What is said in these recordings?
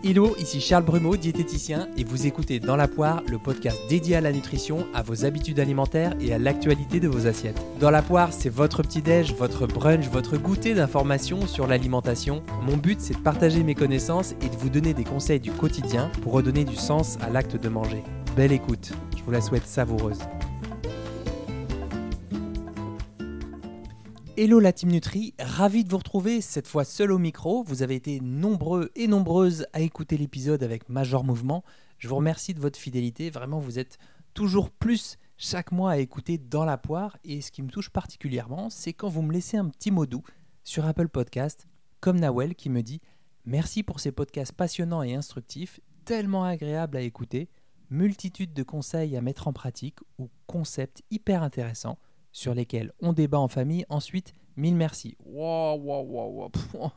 Hello, ici Charles Brumeau, diététicien, et vous écoutez Dans la poire, le podcast dédié à la nutrition, à vos habitudes alimentaires et à l'actualité de vos assiettes. Dans la poire, c'est votre petit-déj, votre brunch, votre goûter d'informations sur l'alimentation. Mon but, c'est de partager mes connaissances et de vous donner des conseils du quotidien pour redonner du sens à l'acte de manger. Belle écoute, je vous la souhaite savoureuse. Hello la Team Nutri, ravi de vous retrouver, cette fois seul au micro. Vous avez été nombreux et nombreuses à écouter l'épisode avec Major Mouvement. Je vous remercie de votre fidélité, vraiment vous êtes toujours plus chaque mois à écouter Dans la poire. Et ce qui me touche particulièrement, c'est quand vous me laissez un petit mot doux sur Apple Podcast, comme Nawel qui me dit « Merci pour ces podcasts passionnants et instructifs, tellement agréables à écouter, multitude de conseils à mettre en pratique ou concepts hyper intéressants. » sur lesquels on débat en famille. Ensuite, mille merci. Wow.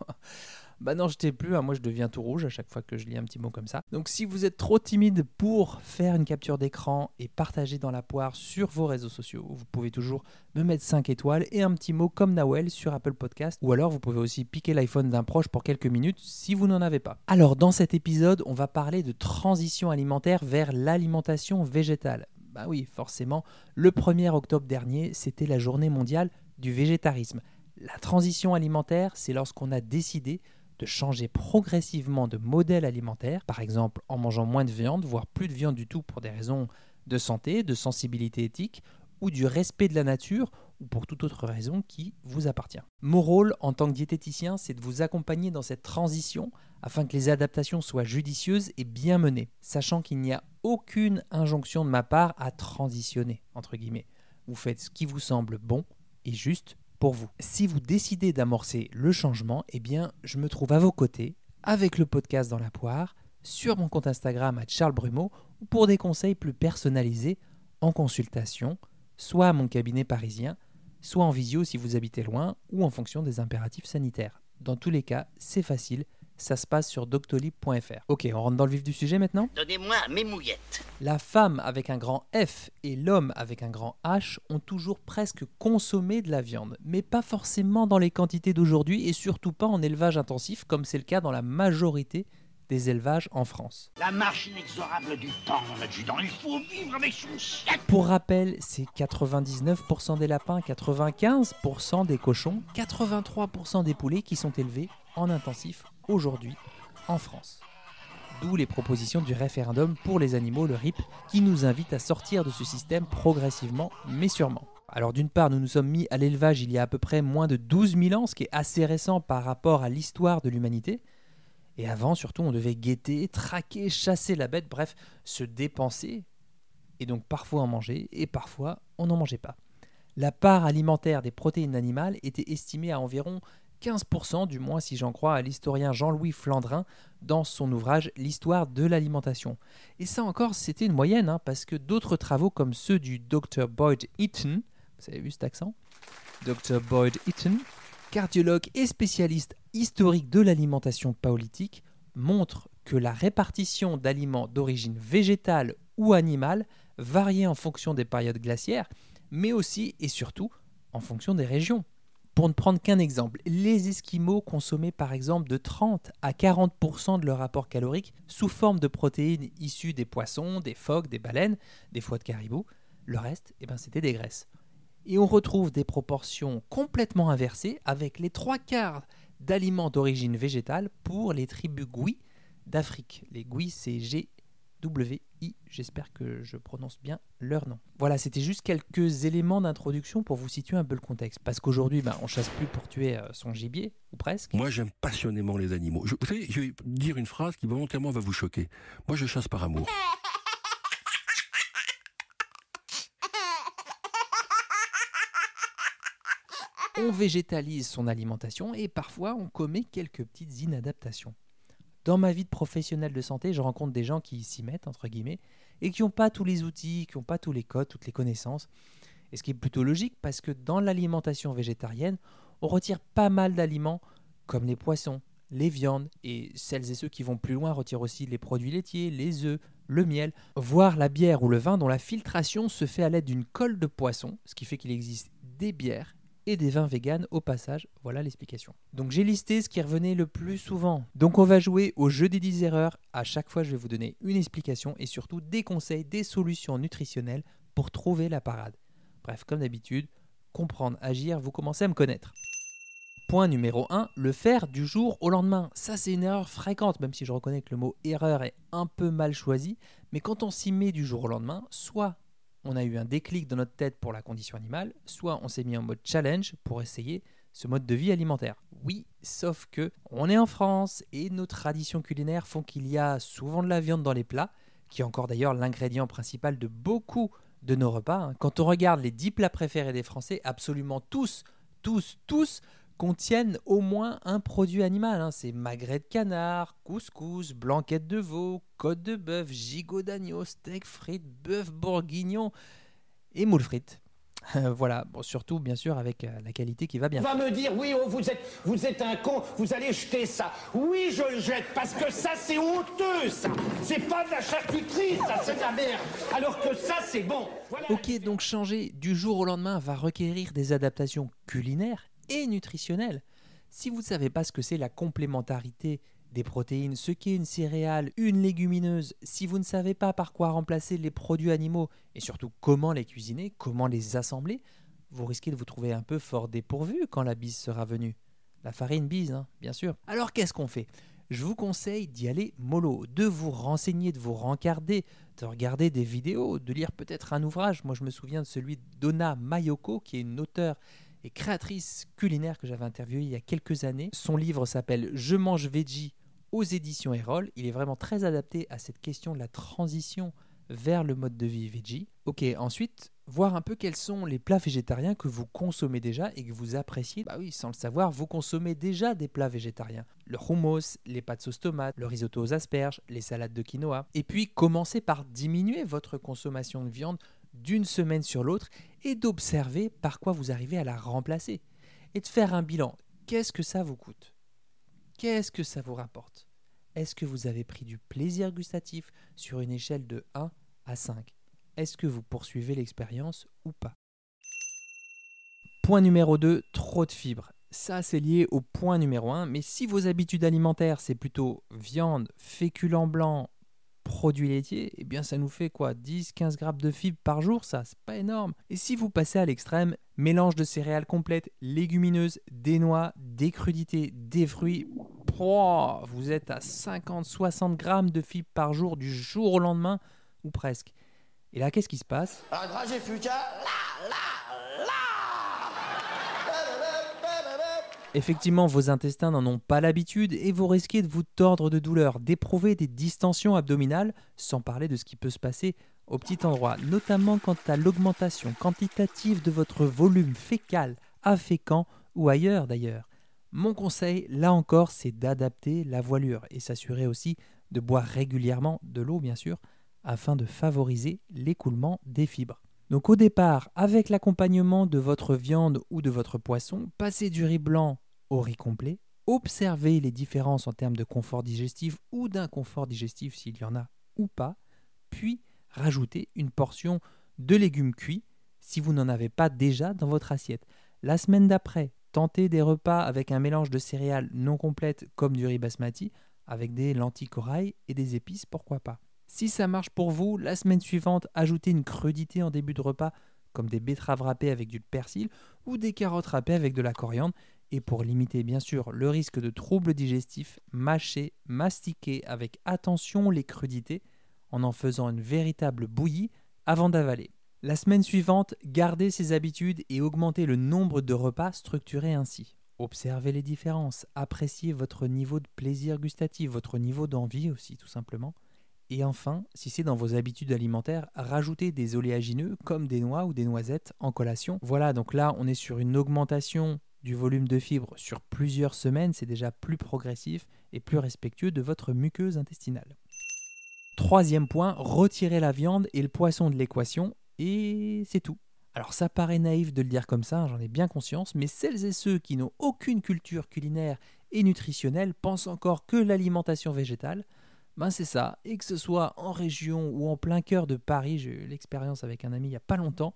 Bah non, je t'ai plus, moi je deviens tout rouge à chaque fois que je lis un petit mot comme ça. Donc si vous êtes trop timide pour faire une capture d'écran et partager Dans la poire sur vos réseaux sociaux, vous pouvez toujours me mettre 5 étoiles et un petit mot comme Nawel sur Apple Podcast. Ou alors vous pouvez aussi piquer l'iPhone d'un proche pour quelques minutes si vous n'en avez pas. Alors dans cet épisode, on va parler de transition alimentaire vers l'alimentation végétale. Bah oui, forcément, le 1er octobre dernier, c'était la journée mondiale du végétarisme. La transition alimentaire, c'est lorsqu'on a décidé de changer progressivement de modèle alimentaire, par exemple en mangeant moins de viande, voire plus de viande du tout pour des raisons de santé, de sensibilité éthique, ou du respect de la nature, ou pour toute autre raison qui vous appartient. Mon rôle en tant que diététicien, c'est de vous accompagner dans cette transition afin que les adaptations soient judicieuses et bien menées, sachant qu'il n'y a aucune injonction de ma part à transitionner, entre guillemets. Vous faites ce qui vous semble bon et juste pour vous. Si vous décidez d'amorcer le changement, eh bien, je me trouve à vos côtés, avec le podcast Dans la poire, sur mon compte Instagram @charlesbrumeau, ou pour des conseils plus personnalisés en consultation, soit à mon cabinet parisien, soit en visio si vous habitez loin, ou en fonction des impératifs sanitaires. Dans tous les cas, c'est facile, ça se passe sur doctolib.fr. Ok, on rentre dans le vif du sujet maintenant ? Donnez-moi mes mouillettes. La femme avec un grand F et l'homme avec un grand H ont toujours presque consommé de la viande, mais pas forcément dans les quantités d'aujourd'hui et surtout pas en élevage intensif comme c'est le cas dans la majorité des élevages en France. La marche inexorable du temps, mon adjudant, il faut vivre avec son siècle. Pour rappel, c'est 99% des lapins, 95% des cochons, 83% des poulets qui sont élevés en intensif aujourd'hui en France. D'où les propositions du référendum pour les animaux, le RIP, qui nous invite à sortir de ce système progressivement mais sûrement. Alors d'une part, nous nous sommes mis à l'élevage il y a à peu près moins de 12 000 ans, ce qui est assez récent par rapport à l'histoire de l'humanité. Et avant, surtout, on devait guetter, traquer, chasser la bête, bref, se dépenser, et donc parfois en manger, et parfois on n'en mangeait pas. La part alimentaire des protéines animales était estimée à environ 15%, du moins si j'en crois à l'historien Jean-Louis Flandrin dans son ouvrage « L'histoire de l'alimentation ». Et ça encore, c'était une moyenne, parce que d'autres travaux comme ceux du Dr Boyd Eaton, vous avez vu cet accent ? Dr Boyd Eaton, cardiologue et spécialiste historique de l'alimentation paléolithique, montre que la répartition d'aliments d'origine végétale ou animale variait en fonction des périodes glaciaires, mais aussi et surtout en fonction des régions. Pour ne prendre qu'un exemple, les Esquimaux consommaient par exemple de 30 à 40% de leur apport calorique sous forme de protéines issues des poissons, des phoques, des baleines, des foies de caribou. Le reste, c'était des graisses. Et on retrouve des proportions complètement inversées avec les 3/4 d'aliments d'origine végétale pour les tribus Gwi d'Afrique. Les Gwi, c'est G-W-I, j'espère que je prononce bien leur nom. Voilà, c'était juste quelques éléments d'introduction pour vous situer un peu le contexte. Parce qu'aujourd'hui, on chasse plus pour tuer son gibier, ou presque. Moi, j'aime passionnément les animaux. Vous savez, je vais dire une phrase qui volontairement va vous choquer. Moi, je chasse par amour. On végétalise son alimentation et parfois on commet quelques petites inadaptations. Dans ma vie de professionnel de santé, je rencontre des gens qui s'y mettent, entre guillemets, et qui n'ont pas tous les outils, qui n'ont pas tous les codes, toutes les connaissances. Et ce qui est plutôt logique parce que dans l'alimentation végétarienne, on retire pas mal d'aliments comme les poissons, les viandes, et celles et ceux qui vont plus loin retirent aussi les produits laitiers, les œufs, le miel, voire la bière ou le vin dont la filtration se fait à l'aide d'une colle de poisson, ce qui fait qu'il existe des bières et des vins véganes au passage. Voilà l'explication. Donc j'ai listé ce qui revenait le plus souvent. Donc on va jouer au jeu des 10 erreurs. À chaque fois, je vais vous donner une explication et surtout des conseils, des solutions nutritionnelles pour trouver la parade. Bref, comme d'habitude, comprendre, agir, vous commencez à me connaître. Point numéro 1, le faire du jour au lendemain. Ça, c'est une erreur fréquente, même si je reconnais que le mot erreur est un peu mal choisi. Mais quand on s'y met du jour au lendemain, soit on a eu un déclic dans notre tête pour la condition animale, soit on s'est mis en mode challenge pour essayer ce mode de vie alimentaire. Oui, sauf que on est en France et nos traditions culinaires font qu'il y a souvent de la viande dans les plats, qui est encore d'ailleurs l'ingrédient principal de beaucoup de nos repas. Quand on regarde les 10 plats préférés des Français, absolument tous contiennent au moins un produit animal. C'est magret de canard, couscous, blanquette de veau, côte de bœuf, gigot d'agneau, steak frites, bœuf bourguignon et moules frites. Voilà, bon, surtout bien sûr avec la qualité qui va bien. On va me dire, oui, oh, vous êtes un con, vous allez jeter ça. Oui, je le jette, parce que ça, c'est honteux, ça. C'est pas de la charcuterie, ça, c'est de la merde. Alors que ça, c'est bon. Voilà. Ok, donc changer du jour au lendemain va requérir des adaptations culinaires et nutritionnelles. Si vous ne savez pas ce que c'est la complémentarité des protéines, ce qu'est une céréale, une légumineuse, si vous ne savez pas par quoi remplacer les produits animaux et surtout comment les cuisiner, comment les assembler, vous risquez de vous trouver un peu fort dépourvu quand la bise sera venue. La farine bise, bien sûr. Alors qu'est-ce qu'on fait ? Je vous conseille d'y aller mollo, de vous renseigner, de vous rencarder, de regarder des vidéos, de lire peut-être un ouvrage. Moi je me souviens de celui d'Ona Mayoko, qui est une auteure et créatrice culinaire que j'avais interviewée il y a quelques années. Son livre s'appelle « Je mange veggie » aux éditions Erol. Il est vraiment très adapté à cette question de la transition vers le mode de vie veggie. Ok, ensuite, voir un peu quels sont les plats végétariens que vous consommez déjà et que vous appréciez. Bah oui, sans le savoir, vous consommez déjà des plats végétariens. Le hummus, les pâtes sauce tomate, le risotto aux asperges, les salades de quinoa. Et puis, commencez par diminuer votre consommation de viande d'une semaine sur l'autre et d'observer par quoi vous arrivez à la remplacer. Et de faire un bilan. Qu'est-ce que ça vous coûte ? Qu'est-ce que ça vous rapporte ? Est-ce que vous avez pris du plaisir gustatif sur une échelle de 1 à 5 ? Est-ce que vous poursuivez l'expérience ou pas ? Point numéro 2, trop de fibres. Ça, c'est lié au point numéro 1, mais si vos habitudes alimentaires, c'est plutôt viande, féculents blancs, produits laitiers, eh bien ça nous fait quoi ? 10-15 grammes de fibres par jour, ça, c'est pas énorme. Et si vous passez à l'extrême, mélange de céréales complètes, légumineuses, des noix, des crudités, des fruits, vous êtes à 50-60 grammes de fibres par jour du jour au lendemain, ou presque. Et là, qu'est-ce qui se passe ? Effectivement, vos intestins n'en ont pas l'habitude et vous risquez de vous tordre de douleur, d'éprouver des distensions abdominales, sans parler de ce qui peut se passer au petit endroit, notamment quant à l'augmentation quantitative de votre volume fécal, affécant ou ailleurs d'ailleurs. Mon conseil, là encore, c'est d'adapter la voilure et s'assurer aussi de boire régulièrement de l'eau, bien sûr, afin de favoriser l'écoulement des fibres. Donc au départ, avec l'accompagnement de votre viande ou de votre poisson, passez du riz blanc au riz complet, observez les différences en termes de confort digestif ou d'inconfort digestif s'il y en a ou pas, puis rajoutez une portion de légumes cuits si vous n'en avez pas déjà dans votre assiette. La semaine d'après, tentez des repas avec un mélange de céréales non complètes comme du riz basmati, avec des lentilles corail et des épices, pourquoi pas. Si ça marche pour vous, la semaine suivante, ajoutez une crudité en début de repas, comme des betteraves râpées avec du persil ou des carottes râpées avec de la coriandre. Et pour limiter bien sûr le risque de troubles digestifs, mâchez, mastiquez avec attention les crudités en faisant une véritable bouillie avant d'avaler. La semaine suivante, gardez ces habitudes et augmentez le nombre de repas structurés ainsi. Observez les différences, appréciez votre niveau de plaisir gustatif, votre niveau d'envie aussi tout simplement. Et enfin, si c'est dans vos habitudes alimentaires, rajoutez des oléagineux comme des noix ou des noisettes en collation. Voilà, donc là on est sur une augmentation du volume de fibres sur plusieurs semaines, c'est déjà plus progressif et plus respectueux de votre muqueuse intestinale. Troisième point, retirez la viande et le poisson de l'équation et c'est tout. Alors ça paraît naïf de le dire comme ça, j'en ai bien conscience, mais celles et ceux qui n'ont aucune culture culinaire et nutritionnelle pensent encore que l'alimentation végétale, c'est ça, et que ce soit en région ou en plein cœur de Paris, j'ai eu l'expérience avec un ami il n'y a pas longtemps,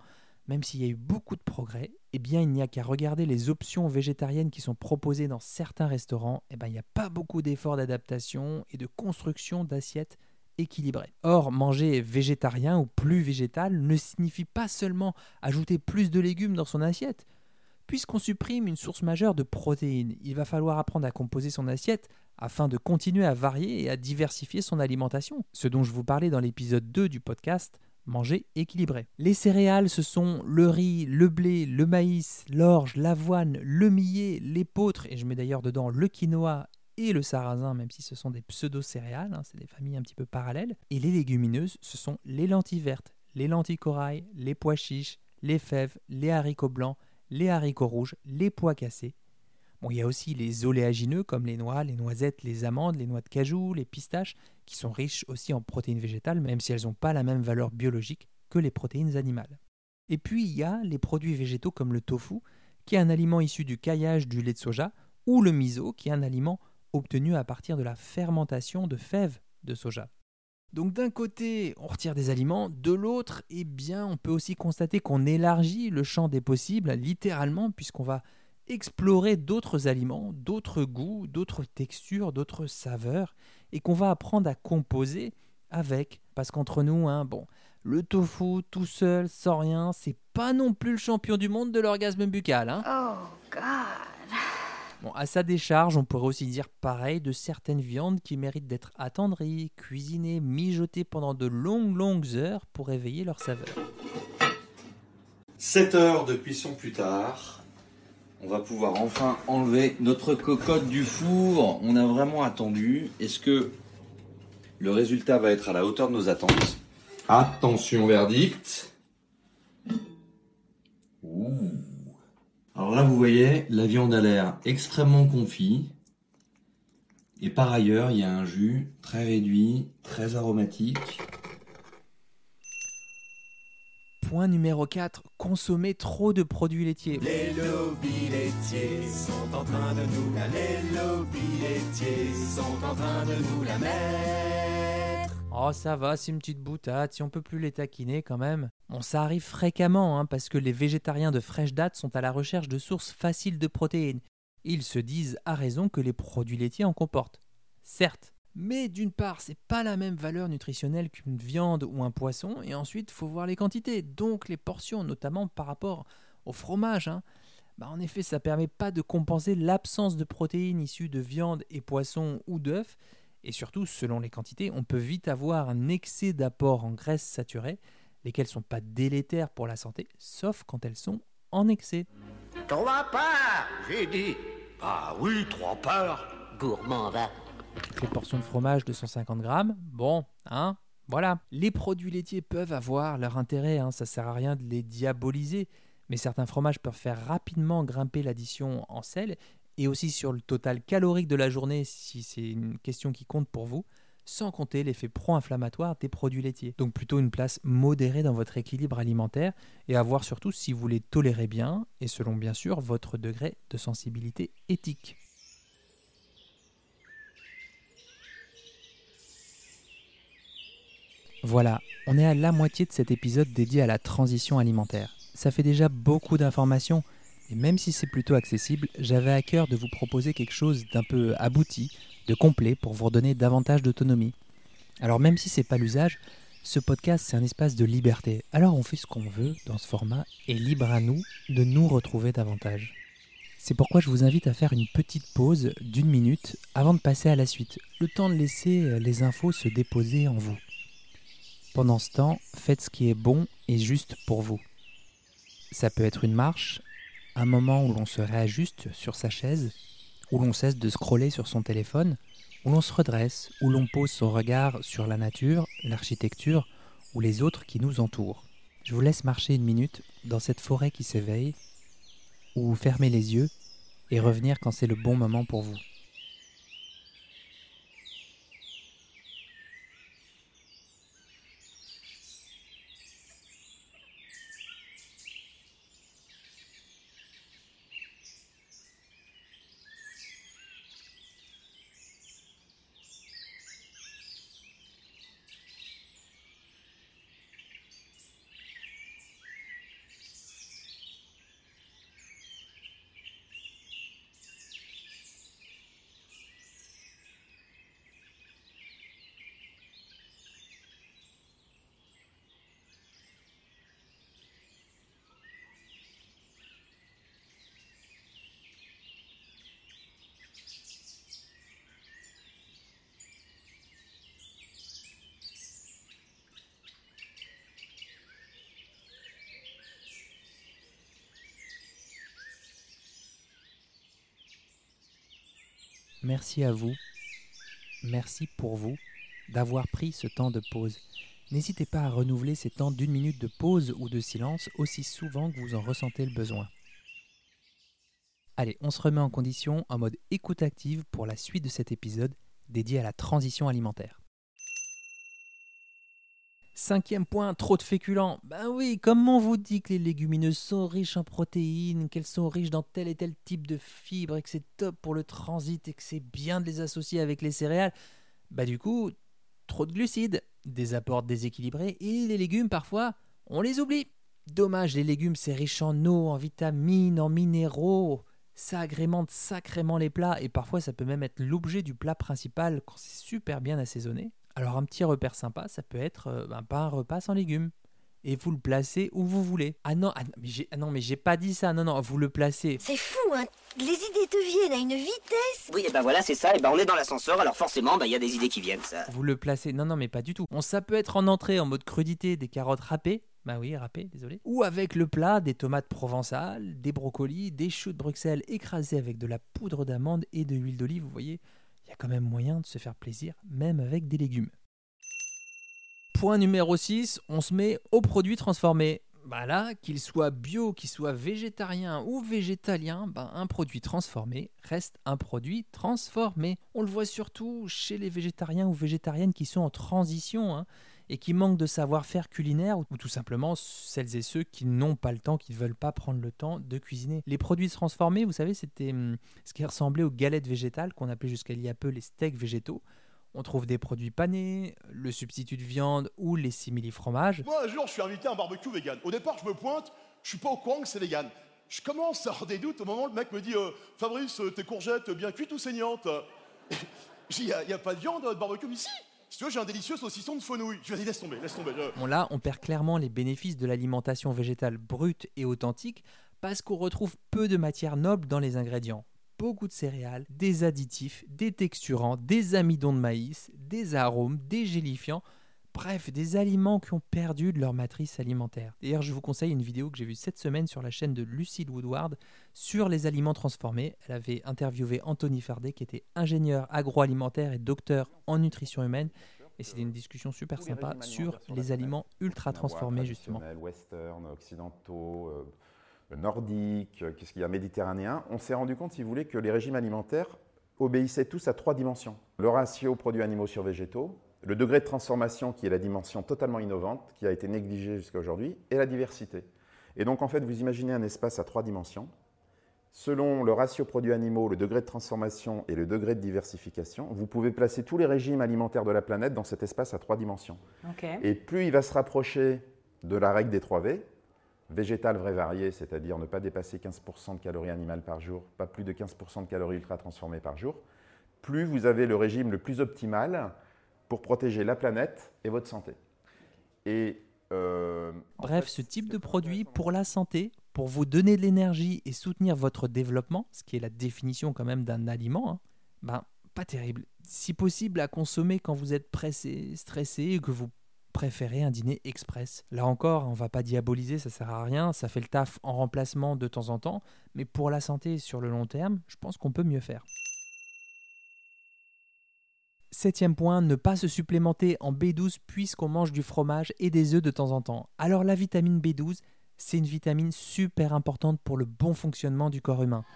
même s'il y a eu beaucoup de progrès, eh bien il n'y a qu'à regarder les options végétariennes qui sont proposées dans certains restaurants, eh bien il n'y a pas beaucoup d'efforts d'adaptation et de construction d'assiettes équilibrées. Or, manger végétarien ou plus végétal ne signifie pas seulement ajouter plus de légumes dans son assiette. Puisqu'on supprime une source majeure de protéines, il va falloir apprendre à composer son assiette afin de continuer à varier et à diversifier son alimentation, ce dont je vous parlais dans l'épisode 2 du podcast Manger équilibré. Les céréales, ce sont le riz, le blé, le maïs, l'orge, l'avoine, le millet, l'épeautre, et je mets d'ailleurs dedans le quinoa et le sarrasin, même si ce sont des pseudo-céréales, c'est des familles un petit peu parallèles. Et les légumineuses, ce sont les lentilles vertes, les lentilles corail, les pois chiches, les fèves, les haricots blancs, les haricots rouges, les pois cassés. Bon, il y a aussi les oléagineux comme les noix, les noisettes, les amandes, les noix de cajou, les pistaches, qui sont riches aussi en protéines végétales, même si elles n'ont pas la même valeur biologique que les protéines animales. Et puis il y a les produits végétaux comme le tofu, qui est un aliment issu du caillage du lait de soja, ou le miso, qui est un aliment obtenu à partir de la fermentation de fèves de soja. Donc d'un côté, on retire des aliments, de l'autre, eh bien, on peut aussi constater qu'on élargit le champ des possibles, littéralement, puisqu'on va explorer d'autres aliments, d'autres goûts, d'autres textures, d'autres saveurs, et qu'on va apprendre à composer avec. Parce qu'entre nous, le tofu tout seul, sans rien, c'est pas non plus le champion du monde de l'orgasme buccal. Oh, God. Bon, à sa décharge, on pourrait aussi dire pareil de certaines viandes qui méritent d'être attendries, cuisinées, mijotées pendant de longues heures pour éveiller leur saveur. 7 heures de cuisson plus tard, on va pouvoir enfin enlever notre cocotte du four. On a vraiment attendu. Est-ce que le résultat va être à la hauteur de nos attentes? Attention, verdict. Ouh. Alors là, vous voyez, la viande a l'air extrêmement confit. Et par ailleurs, il y a un jus très réduit, très aromatique. Point numéro 4, consommer trop de produits laitiers. Les lobbies laitiers sont en train de nous la... Les lobbies laitiers sont en train de nous la mettre. Oh ça va, c'est une petite boutade, si on peut plus les taquiner quand même. Bon, ça arrive fréquemment, parce que les végétariens de fraîche date sont à la recherche de sources faciles de protéines. Ils se disent à raison que les produits laitiers en comportent. Certes, mais d'une part, c'est pas la même valeur nutritionnelle qu'une viande ou un poisson, et ensuite, faut voir les quantités, donc les portions, notamment par rapport au fromage. En effet, ça permet pas de compenser l'absence de protéines issues de viande et poisson ou d'œufs, et surtout, selon les quantités, on peut vite avoir un excès d'apport en graisses saturées, lesquelles sont pas délétères pour la santé, sauf quand elles sont en excès. 3 parts, j'ai dit. Ah oui, 3 parts. Gourmand, va. Les portions de fromage de 150 grammes, voilà. Les produits laitiers peuvent avoir leur intérêt, ça sert à rien de les diaboliser, mais certains fromages peuvent faire rapidement grimper l'addition en sel, et aussi sur le total calorique de la journée si c'est une question qui compte pour vous, sans compter l'effet pro-inflammatoire des produits laitiers. Donc plutôt une place modérée dans votre équilibre alimentaire, et à voir surtout si vous les tolérez bien, et selon bien sûr votre degré de sensibilité éthique. Voilà, on est à la moitié de cet épisode dédié à la transition alimentaire. Ça fait déjà beaucoup d'informations, et même si c'est plutôt accessible, j'avais à cœur de vous proposer quelque chose d'un peu abouti, de complet, pour vous redonner davantage d'autonomie. Alors même si c'est pas l'usage, ce podcast c'est un espace de liberté. Alors on fait ce qu'on veut dans ce format, et libre à nous de nous retrouver davantage. C'est pourquoi je vous invite à faire une petite pause d'1 minute avant de passer à la suite, le temps de laisser les infos se déposer en vous. Pendant ce temps, faites ce qui est bon et juste pour vous. Ça peut être une marche, un moment où l'on se réajuste sur sa chaise, où l'on cesse de scroller sur son téléphone, où l'on se redresse, où l'on pose son regard sur la nature, l'architecture ou les autres qui nous entourent. Je vous laisse marcher 1 minute dans cette forêt qui s'éveille, ou fermer les yeux et revenir quand c'est le bon moment pour vous. merci à vous, merci pour vous d'avoir pris ce temps de pause. N'hésitez pas à renouveler ces temps d'1 minute de pause ou de silence aussi souvent que vous en ressentez le besoin. Allez, on se remet en condition en mode écoute active pour la suite de cet épisode dédié à la transition alimentaire. 5e point, trop de féculents. Ben oui, comme on vous dit que les légumineuses sont riches en protéines, qu'elles sont riches dans tel et tel type de fibres et que c'est top pour le transit et que c'est bien de les associer avec les céréales, bah du coup, trop de glucides, des apports déséquilibrés et les légumes parfois, on les oublie. Dommage, les légumes c'est riche en eau, en vitamines, en minéraux, ça agrémente sacrément les plats et parfois ça peut même être l'objet du plat principal quand c'est super bien assaisonné. Alors un petit repère sympa, ça peut être pas un repas sans légumes. Et vous le placez où vous voulez. Ah non, mais j'ai pas dit ça. Non, vous le placez. C'est fou, hein. Les idées te viennent à une vitesse. Oui, et ben voilà, c'est ça. Et ben on est dans l'ascenseur, alors forcément, il y a des idées qui viennent, ça. Vous le placez. Non, mais pas du tout. Bon, ça peut être en entrée, en mode crudité, des carottes râpées. Bah oui, râpées, désolé. Ou avec le plat, des tomates provençales, des brocolis, des choux de Bruxelles écrasés avec de la poudre d'amande et de l'huile d'olive. Vous voyez, il y a quand même moyen de se faire plaisir, même avec des légumes. Point numéro 6, on se met aux produits transformés. Bah là, qu'il soit bio, qu'il soit végétarien ou végétalien, un produit transformé reste un produit transformé. On le voit surtout chez les végétariens ou végétariennes qui sont en transition et qui manquent de savoir-faire culinaire ou tout simplement celles et ceux qui n'ont pas le temps, qui ne veulent pas prendre le temps de cuisiner. Les produits transformés, vous savez, c'était ce qui ressemblait aux galettes végétales qu'on appelait jusqu'à il y a peu les steaks végétaux. On trouve des produits panés, le substitut de viande ou les simili-fromages. Moi, un jour, je suis invité à un barbecue vegan. Au départ, je me pointe, je suis pas au courant que c'est vegan. Je commence à avoir des doutes au moment où le mec me dit « Fabrice, tes courgettes bien cuites ou saignantes ?» Je dis « Il n'y a pas de viande à votre barbecue ici ?» Si tu veux, j'ai un délicieux saucisson de fenouil. Je lui ai dit « Laisse tomber. » Bon là, on perd clairement les bénéfices de l'alimentation végétale brute et authentique parce qu'on retrouve peu de matières nobles dans les ingrédients. Beaucoup de céréales, des additifs, des texturants, des amidons de maïs, des arômes, des gélifiants, bref, des aliments qui ont perdu de leur matrice alimentaire. D'ailleurs, je vous conseille une vidéo que j'ai vue cette semaine sur la chaîne de Lucille Woodward sur les aliments transformés. Elle avait interviewé Anthony Fardet, qui était ingénieur agroalimentaire et docteur en nutrition humaine. Et c'était une discussion super sympa sur les aliments ultra transformés, justement. Western, occidentaux, nordiques, qu'est-ce qu'il y a, méditerranéen. On s'est rendu compte, si vous voulez, que les régimes alimentaires obéissaient tous à 3 dimensions. Le ratio produits animaux sur végétaux, le degré de transformation qui est la dimension totalement innovante, qui a été négligée jusqu'à aujourd'hui, et la diversité. Et donc en fait, vous imaginez un espace à 3 dimensions. Selon le ratio produits animaux, le degré de transformation et le degré de diversification, vous pouvez placer tous les régimes alimentaires de la planète dans cet espace à 3 dimensions. Okay. Et plus il va se rapprocher de la règle des 3 V, végétal, vrai, varié, c'est-à-dire ne pas dépasser 15% de calories animales par jour, pas plus de 15% de calories ultra transformées par jour, plus vous avez le régime le plus optimal pour protéger la planète et votre santé. Et bref, ce type de produit pour la santé, pour vous donner de l'énergie et soutenir votre développement, ce qui est la définition quand même d'un aliment, pas terrible. Si possible à consommer quand vous êtes pressé, stressé et que vous préférez un dîner express. Là encore, on ne va pas diaboliser, ça ne sert à rien, ça fait le taf en remplacement de temps en temps, mais pour la santé sur le long terme, je pense qu'on peut mieux faire. 7e point, ne pas se supplémenter en B12 puisqu'on mange du fromage et des œufs de temps en temps. Alors la vitamine B12, c'est une vitamine super importante pour le bon fonctionnement du corps humain.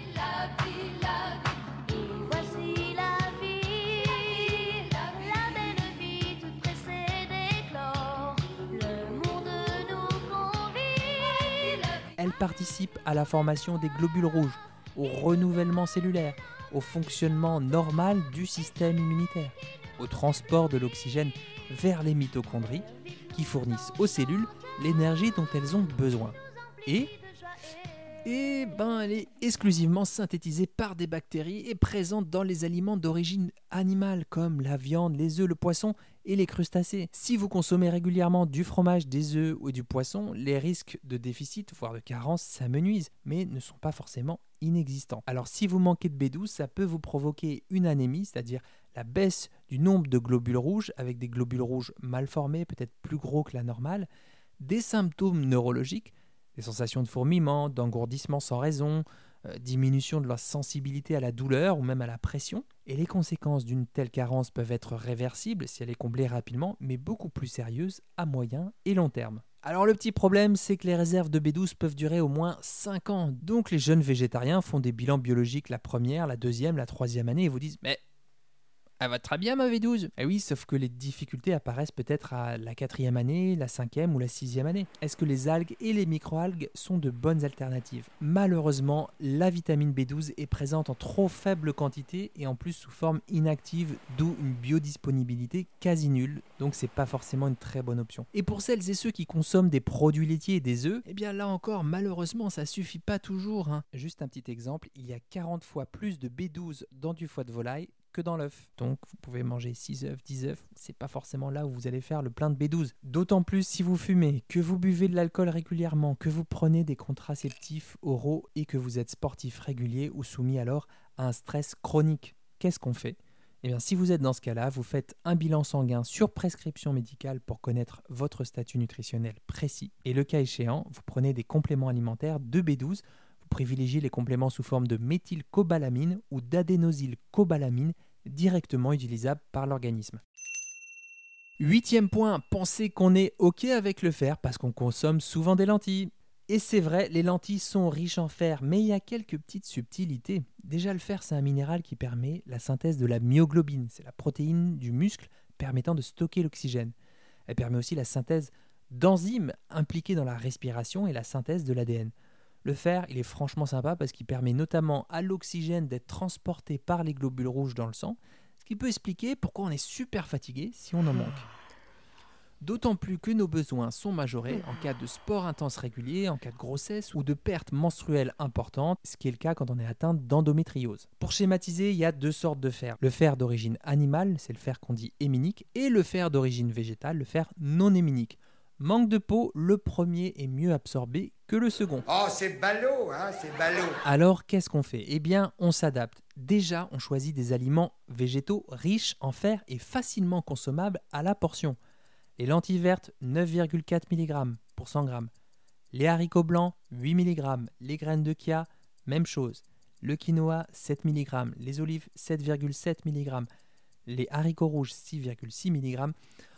Elle participe à la formation des globules rouges, au renouvellement cellulaire, au fonctionnement normal du système immunitaire, au transport de l'oxygène vers les mitochondries qui fournissent aux cellules l'énergie dont elles ont besoin. Et elle est exclusivement synthétisée par des bactéries et présente dans les aliments d'origine animale comme la viande, les œufs, le poisson et les crustacés. Si vous consommez régulièrement du fromage, des œufs ou du poisson, les risques de déficit, voire de carence, s'amenuisent, mais ne sont pas forcément inexistants. Alors si vous manquez de B12, ça peut vous provoquer une anémie, c'est-à-dire la baisse du nombre de globules rouges, avec des globules rouges mal formés, peut-être plus gros que la normale, des symptômes neurologiques, des sensations de fourmillement, d'engourdissement sans raison, diminution de leur sensibilité à la douleur ou même à la pression. Et les conséquences d'une telle carence peuvent être réversibles si elle est comblée rapidement, mais beaucoup plus sérieuses à moyen et long terme. Alors le petit problème, c'est que les réserves de B12 peuvent durer au moins 5 ans. Donc les jeunes végétariens font des bilans biologiques la première, la deuxième, la troisième année et vous disent « Mais elle va très bien ma V12 !» Eh oui, sauf que les difficultés apparaissent peut-être à la 4e année, la 5e ou la 6e année. Est-ce que les algues et les microalgues sont de bonnes alternatives ? Malheureusement, la vitamine B12 est présente en trop faible quantité et en plus sous forme inactive, d'où une biodisponibilité quasi nulle, donc c'est pas forcément une très bonne option. Et pour celles et ceux qui consomment des produits laitiers et des œufs, eh bien là encore, malheureusement, ça suffit pas toujours. Juste un petit exemple, il y a 40 fois plus de B12 dans du foie de volaille que dans l'œuf. Donc vous pouvez manger 6 œufs, 10 œufs, c'est pas forcément là où vous allez faire le plein de B12. D'autant plus si vous fumez, que vous buvez de l'alcool régulièrement, que vous prenez des contraceptifs oraux et que vous êtes sportif régulier ou soumis alors à un stress chronique. Qu'est-ce qu'on fait ? Eh bien, si vous êtes dans ce cas-là, vous faites un bilan sanguin sur prescription médicale pour connaître votre statut nutritionnel précis. Et le cas échéant, vous prenez des compléments alimentaires de B12. Vous privilégiez les compléments sous forme de méthylcobalamine ou d'adénosylcobalamine directement utilisables par l'organisme. 8e point, pensez qu'on est OK avec le fer parce qu'on consomme souvent des lentilles. Et c'est vrai, les lentilles sont riches en fer, mais il y a quelques petites subtilités. Déjà, le fer, c'est un minéral qui permet la synthèse de la myoglobine. C'est la protéine du muscle permettant de stocker l'oxygène. Elle permet aussi la synthèse d'enzymes impliquées dans la respiration et la synthèse de l'ADN. Le fer, il est franchement sympa parce qu'il permet notamment à l'oxygène d'être transporté par les globules rouges dans le sang, ce qui peut expliquer pourquoi on est super fatigué si on en manque. D'autant plus que nos besoins sont majorés en cas de sport intense régulier, en cas de grossesse ou de perte menstruelle importante, ce qui est le cas quand on est atteint d'endométriose. Pour schématiser, il y a 2 sortes de fer. Le fer d'origine animale, c'est le fer qu'on dit héminique, et le fer d'origine végétale, le fer non héminique. Manque de peau, le premier est mieux absorbé que le second. Oh, c'est ballot, hein, c'est ballot. Alors, qu'est-ce qu'on fait ? Eh bien, on s'adapte. Déjà, on choisit des aliments végétaux riches en fer et facilement consommables à la portion. Les lentilles vertes, 9,4 mg pour 100 g. Les haricots blancs, 8 mg. Les graines de chia, même chose. Le quinoa, 7 mg. Les olives, 7,7 mg. Les haricots rouges, 6,6 mg.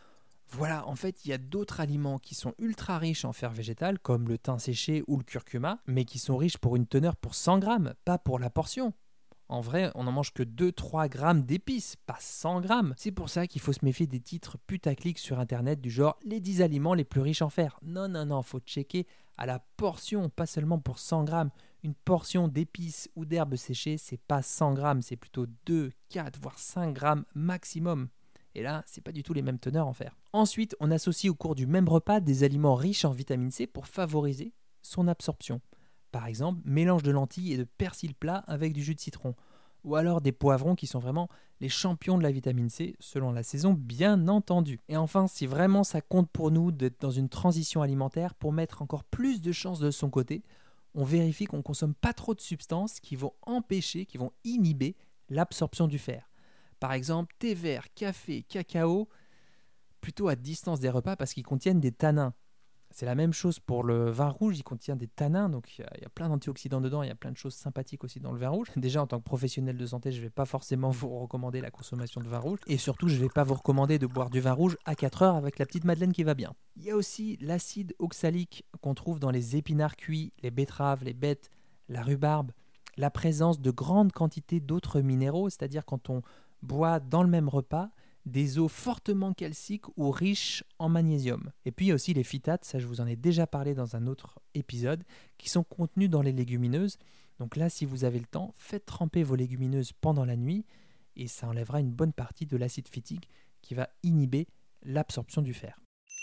Voilà, en fait, il y a d'autres aliments qui sont ultra riches en fer végétal, comme le thym séché ou le curcuma, mais qui sont riches pour une teneur pour 100 grammes, pas pour la portion. En vrai, on n'en mange que 2-3 grammes d'épices, pas 100 grammes. C'est pour ça qu'il faut se méfier des titres putaclic sur Internet du genre « les 10 aliments les plus riches en fer ». Non, faut checker à la portion, pas seulement pour 100 grammes. Une portion d'épices ou d'herbes séchées, c'est pas 100 grammes, c'est plutôt 2, 4, voire 5 grammes maximum. Et là, c'est pas du tout les mêmes teneurs en fer. Ensuite, on associe au cours du même repas des aliments riches en vitamine C pour favoriser son absorption. Par exemple, mélange de lentilles et de persil plat avec du jus de citron. Ou alors des poivrons qui sont vraiment les champions de la vitamine C, selon la saison bien entendu. Et enfin, si vraiment ça compte pour nous d'être dans une transition alimentaire pour mettre encore plus de chances de son côté, on vérifie qu'on ne consomme pas trop de substances qui vont empêcher, qui vont inhiber l'absorption du fer. Par exemple, thé vert, café, cacao, plutôt à distance des repas parce qu'ils contiennent des tanins. C'est la même chose pour le vin rouge, il contient des tanins, donc il y a plein d'antioxydants dedans, il y a plein de choses sympathiques aussi dans le vin rouge. Déjà, en tant que professionnel de santé, je ne vais pas forcément vous recommander la consommation de vin rouge. Et surtout, je ne vais pas vous recommander de boire du vin rouge à 4 heures avec la petite madeleine qui va bien. Il y a aussi l'acide oxalique qu'on trouve dans les épinards cuits, les betteraves, les bettes, la rhubarbe, la présence de grandes quantités d'autres minéraux, c'est-à-dire quand on boit dans le même repas des eaux fortement calciques ou riches en magnésium. Et puis il y a aussi les phytates, ça je vous en ai déjà parlé dans un autre épisode, qui sont contenus dans les légumineuses. Donc là, si vous avez le temps, faites tremper vos légumineuses pendant la nuit et ça enlèvera une bonne partie de l'acide phytique qui va inhiber l'absorption du fer.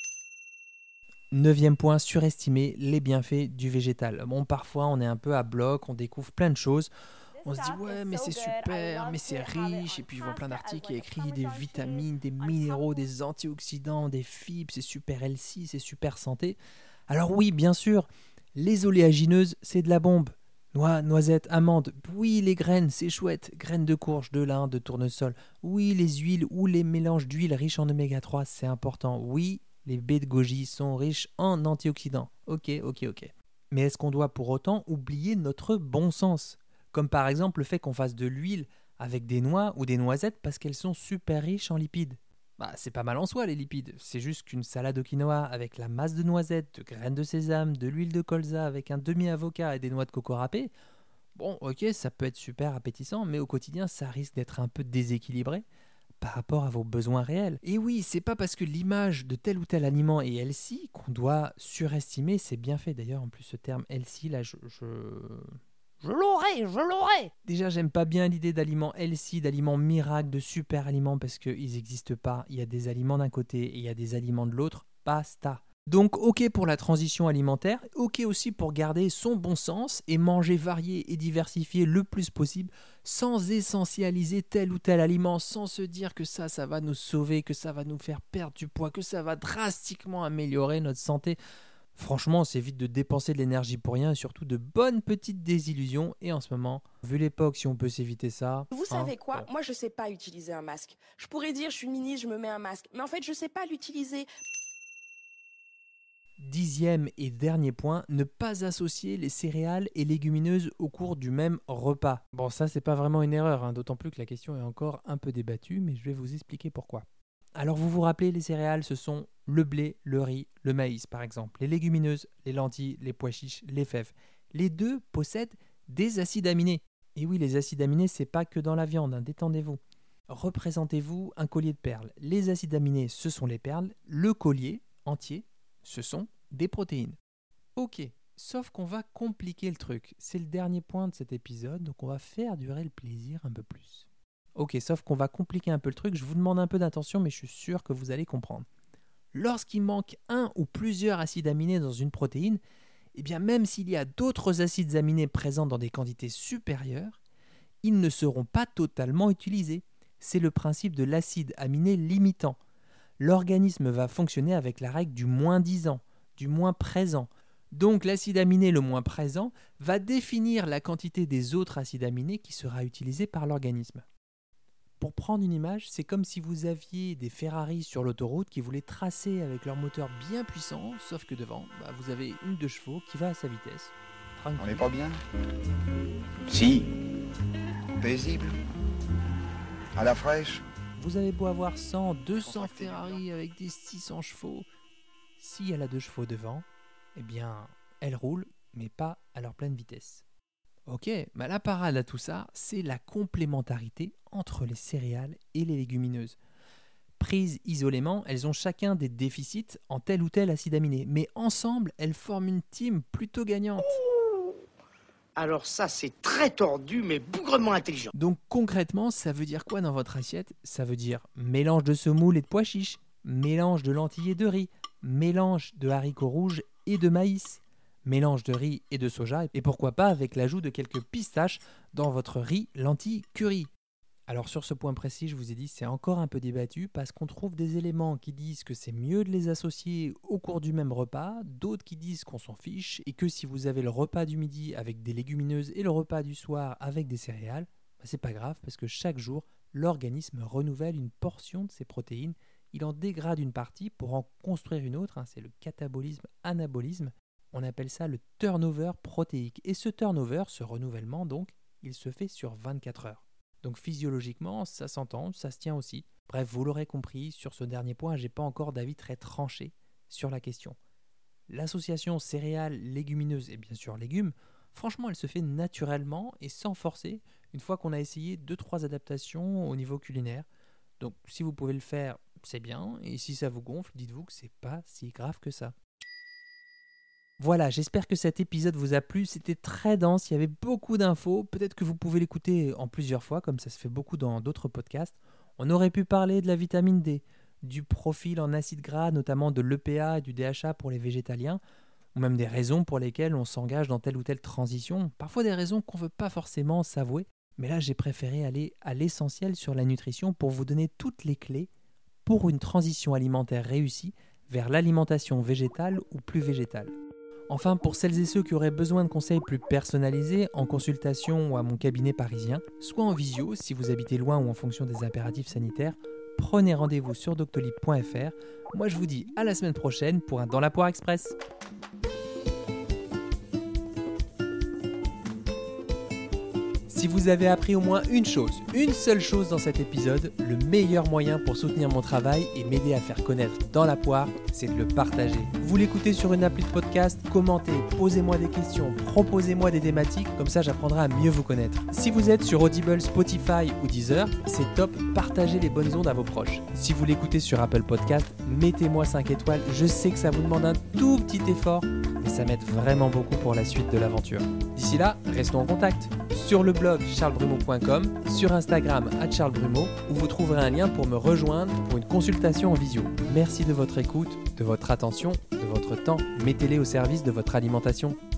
9e point, surestimer les bienfaits du végétal. Bon, parfois on est un peu à bloc, on découvre plein de choses. On se dit ouais mais c'est super, mais c'est riche, et puis je vois plein d'articles qui a écrit des vitamines, des minéraux, des antioxydants, des fibres, c'est super healthy, c'est super santé. Alors oui, bien sûr, les oléagineuses, c'est de la bombe. Noix, noisettes, amandes, oui les graines, c'est chouette, graines de courge, de lin, de tournesol. Oui les huiles ou les mélanges d'huiles riches en oméga 3, c'est important. Oui, les baies de goji sont riches en antioxydants. Ok. Mais est-ce qu'on doit pour autant oublier notre bon sens ? Comme par exemple le fait qu'on fasse de l'huile avec des noix ou des noisettes parce qu'elles sont super riches en lipides. C'est pas mal en soi les lipides, c'est juste qu'une salade au quinoa avec la masse de noisettes, de graines de sésame, de l'huile de colza avec un demi-avocat et des noix de coco râpées, bon ok ça peut être super appétissant, mais au quotidien ça risque d'être un peu déséquilibré par rapport à vos besoins réels. Et oui, c'est pas parce que l'image de tel ou tel aliment est healthy qu'on doit surestimer ses bienfaits. D'ailleurs en plus ce terme healthy là je l'aurais. Déjà, j'aime pas bien l'idée d'aliments healthy, d'aliments miracles, de super aliments parce qu'ils n'existent pas. Il y a des aliments d'un côté et il y a des aliments de l'autre. Basta. Donc, ok pour la transition alimentaire, ok aussi pour garder son bon sens et manger varié et diversifié le plus possible sans essentialiser tel ou tel aliment, sans se dire que ça va nous sauver, que ça va nous faire perdre du poids, que ça va drastiquement améliorer notre santé. Franchement, c'est vite de dépenser de l'énergie pour rien et surtout de bonnes petites désillusions. Et en ce moment, vu l'époque, si on peut s'éviter ça... Vous savez quoi ? Moi, je sais pas utiliser un masque. Je pourrais dire, je suis ministre, je me mets un masque. Mais en fait, je sais pas l'utiliser. 10e et dernier point, ne pas associer les céréales et légumineuses au cours du même repas. Bon, ça, c'est pas vraiment une erreur, d'autant plus que la question est encore un peu débattue, mais je vais vous expliquer pourquoi. Alors vous vous rappelez, les céréales, ce sont le blé, le riz, le maïs par exemple. Les légumineuses, les lentilles, les pois chiches, les fèves. Les deux possèdent des acides aminés. Et oui, les acides aminés, c'est pas que dans la viande, détendez-vous. Représentez-vous un collier de perles. Les acides aminés, ce sont les perles. Le collier entier, ce sont des protéines. Ok, sauf qu'on va compliquer le truc. C'est le dernier point de cet épisode, donc on va faire durer le plaisir un peu plus. Ok, sauf qu'on va compliquer un peu le truc, je vous demande un peu d'attention, mais je suis sûr que vous allez comprendre. Lorsqu'il manque un ou plusieurs acides aminés dans une protéine, eh bien même s'il y a d'autres acides aminés présents dans des quantités supérieures, ils ne seront pas totalement utilisés. C'est le principe de l'acide aminé limitant. L'organisme va fonctionner avec la règle du moins 10 ans, du moins présent. Donc l'acide aminé le moins présent va définir la quantité des autres acides aminés qui sera utilisée par l'organisme. Pour prendre une image, c'est comme si vous aviez des Ferrari sur l'autoroute qui voulaient tracer avec leur moteur bien puissant, sauf que devant, vous avez une de chevaux qui va à sa vitesse. Tranquille. On n'est pas bien ? Si. Paisible ? À la fraîche ? Vous avez beau avoir 100, 200 Ferrari avec des 600 chevaux, si elle a 2 chevaux devant, eh bien, elle roule, mais pas à leur pleine vitesse. Ok, la parade à tout ça, c'est la complémentarité entre les céréales et les légumineuses. Prises isolément, elles ont chacun des déficits en tel ou tel acide aminé, mais ensemble, elles forment une team plutôt gagnante. Alors ça, c'est très tordu, mais bougrement intelligent. Donc concrètement, ça veut dire quoi dans votre assiette ? Ça veut dire mélange de semoule et de pois chiches, mélange de lentilles et de riz, mélange de haricots rouges et de maïs, mélange de riz et de soja, et pourquoi pas avec l'ajout de quelques pistaches dans votre riz, lentilles, curry. Alors sur ce point précis, je vous ai dit, c'est encore un peu débattu parce qu'on trouve des éléments qui disent que c'est mieux de les associer au cours du même repas, d'autres qui disent qu'on s'en fiche et que si vous avez le repas du midi avec des légumineuses et le repas du soir avec des céréales, c'est pas grave parce que chaque jour, l'organisme renouvelle une portion de ses protéines, il en dégrade une partie pour en construire une autre, c'est le catabolisme-anabolisme. On appelle ça le turnover protéique. Et ce turnover, ce renouvellement, donc, il se fait sur 24 heures. Donc physiologiquement, ça s'entend, ça se tient aussi. Bref, vous l'aurez compris, sur ce dernier point, j'ai pas encore d'avis très tranché sur la question. L'association céréales, légumineuses et bien sûr légumes, franchement, elle se fait naturellement et sans forcer, une fois qu'on a essayé 2-3 adaptations au niveau culinaire. Donc si vous pouvez le faire, c'est bien, et si ça vous gonfle, dites-vous que c'est pas si grave que ça. Voilà, j'espère que cet épisode vous a plu, c'était très dense, il y avait beaucoup d'infos, peut-être que vous pouvez l'écouter en plusieurs fois, comme ça se fait beaucoup dans d'autres podcasts. On aurait pu parler de la vitamine D, du profil en acides gras, notamment de l'EPA et du DHA pour les végétaliens, ou même des raisons pour lesquelles on s'engage dans telle ou telle transition, parfois des raisons qu'on ne veut pas forcément s'avouer, mais là j'ai préféré aller à l'essentiel sur la nutrition pour vous donner toutes les clés pour une transition alimentaire réussie vers l'alimentation végétale ou plus végétale. Enfin, pour celles et ceux qui auraient besoin de conseils plus personnalisés, en consultation ou à mon cabinet parisien, soit en visio si vous habitez loin ou en fonction des impératifs sanitaires, prenez rendez-vous sur doctolib.fr. Moi je vous dis à la semaine prochaine pour un Dans la Poire Express. Si vous avez appris au moins une chose, une seule chose dans cet épisode, le meilleur moyen pour soutenir mon travail et m'aider à faire connaître Dans la poire, c'est de le partager. Vous l'écoutez sur une appli de podcast, commentez, posez-moi des questions, proposez-moi des thématiques, comme ça j'apprendrai à mieux vous connaître. Si vous êtes sur Audible, Spotify ou Deezer, c'est top, partagez les bonnes ondes à vos proches. Si vous l'écoutez sur Apple Podcast, mettez-moi 5 étoiles, je sais que ça vous demande un tout petit effort, mais ça m'aide vraiment beaucoup pour la suite de l'aventure. D'ici là, restons en contact. Sur le blog charlesbrumeau.com, sur Instagram @charlesbrumeau, où vous trouverez un lien pour me rejoindre pour une consultation en visio. Merci de votre écoute, de votre attention, de votre temps. Mettez-les au service de votre alimentation.